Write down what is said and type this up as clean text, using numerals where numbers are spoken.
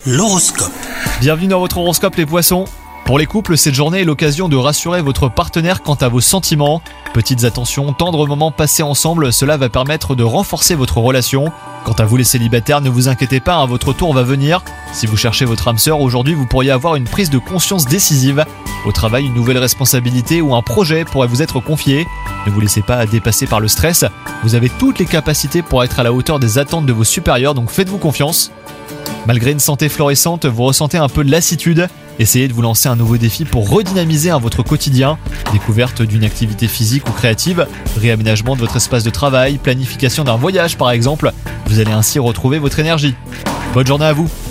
L'horoscope. Bienvenue dans votre horoscope les poissons. Pour les couples, cette journée est l'occasion de rassurer votre partenaire quant à vos sentiments. Petites attentions, tendres moments passés ensemble, cela va permettre de renforcer votre relation. Quant à vous les célibataires, ne vous inquiétez pas, votre tour va venir. Si vous cherchez votre âme sœur, aujourd'hui vous pourriez avoir une prise de conscience décisive. Au travail, une nouvelle responsabilité ou un projet pourrait vous être confié. Ne vous laissez pas dépasser par le stress. Vous avez toutes les capacités pour être à la hauteur des attentes de vos supérieurs, donc faites-vous confiance. Malgré une santé florissante, vous ressentez un peu de lassitude. Essayez de vous lancer un nouveau défi pour redynamiser votre quotidien. Découverte d'une activité physique ou créative, réaménagement de votre espace de travail, planification d'un voyage par exemple. Vous allez ainsi retrouver votre énergie. Bonne journée à vous!